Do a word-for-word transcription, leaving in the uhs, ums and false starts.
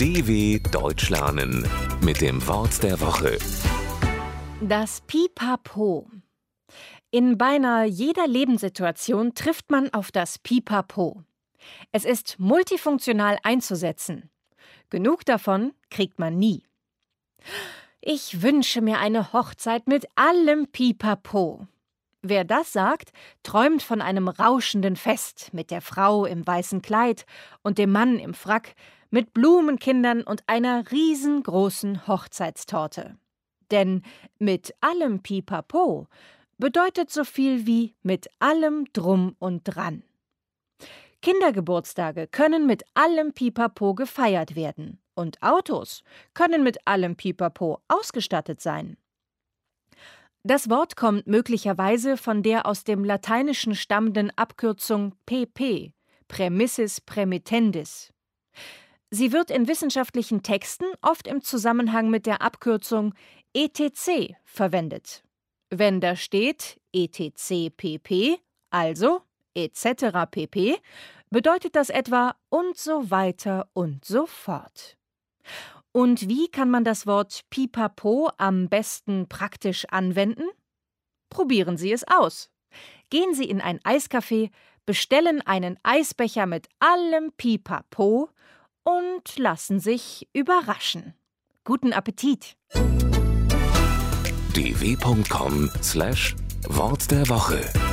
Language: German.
D W Deutsch lernen mit dem Wort der Woche. Das Pipapo. In beinahe jeder Lebenssituation trifft man auf das Pipapo. Es ist multifunktional einzusetzen. Genug davon kriegt man nie. Ich wünsche mir eine Hochzeit mit allem Pipapo. Wer das sagt, träumt von einem rauschenden Fest mit der Frau im weißen Kleid und dem Mann im Frack, mit Blumenkindern und einer riesengroßen Hochzeitstorte. Denn mit allem Pipapo bedeutet so viel wie mit allem Drum und Dran. Kindergeburtstage können mit allem Pipapo gefeiert werden und Autos können mit allem Pipapo ausgestattet sein. Das Wort kommt möglicherweise von der aus dem Lateinischen stammenden Abkürzung P P, Premissis Premitendis. Sie wird in wissenschaftlichen Texten oft im Zusammenhang mit der Abkürzung E T C verwendet. Wenn da steht E T C P P, also et cetera pp., bedeutet das etwa und so weiter und so fort. Und wie kann man das Wort Pipapo am besten praktisch anwenden? Probieren Sie es aus. Gehen Sie in ein Eiscafé, bestellen einen Eisbecher mit allem Pipapo und lassen sich überraschen. Guten Appetit! d w punkt com slash Wort der Woche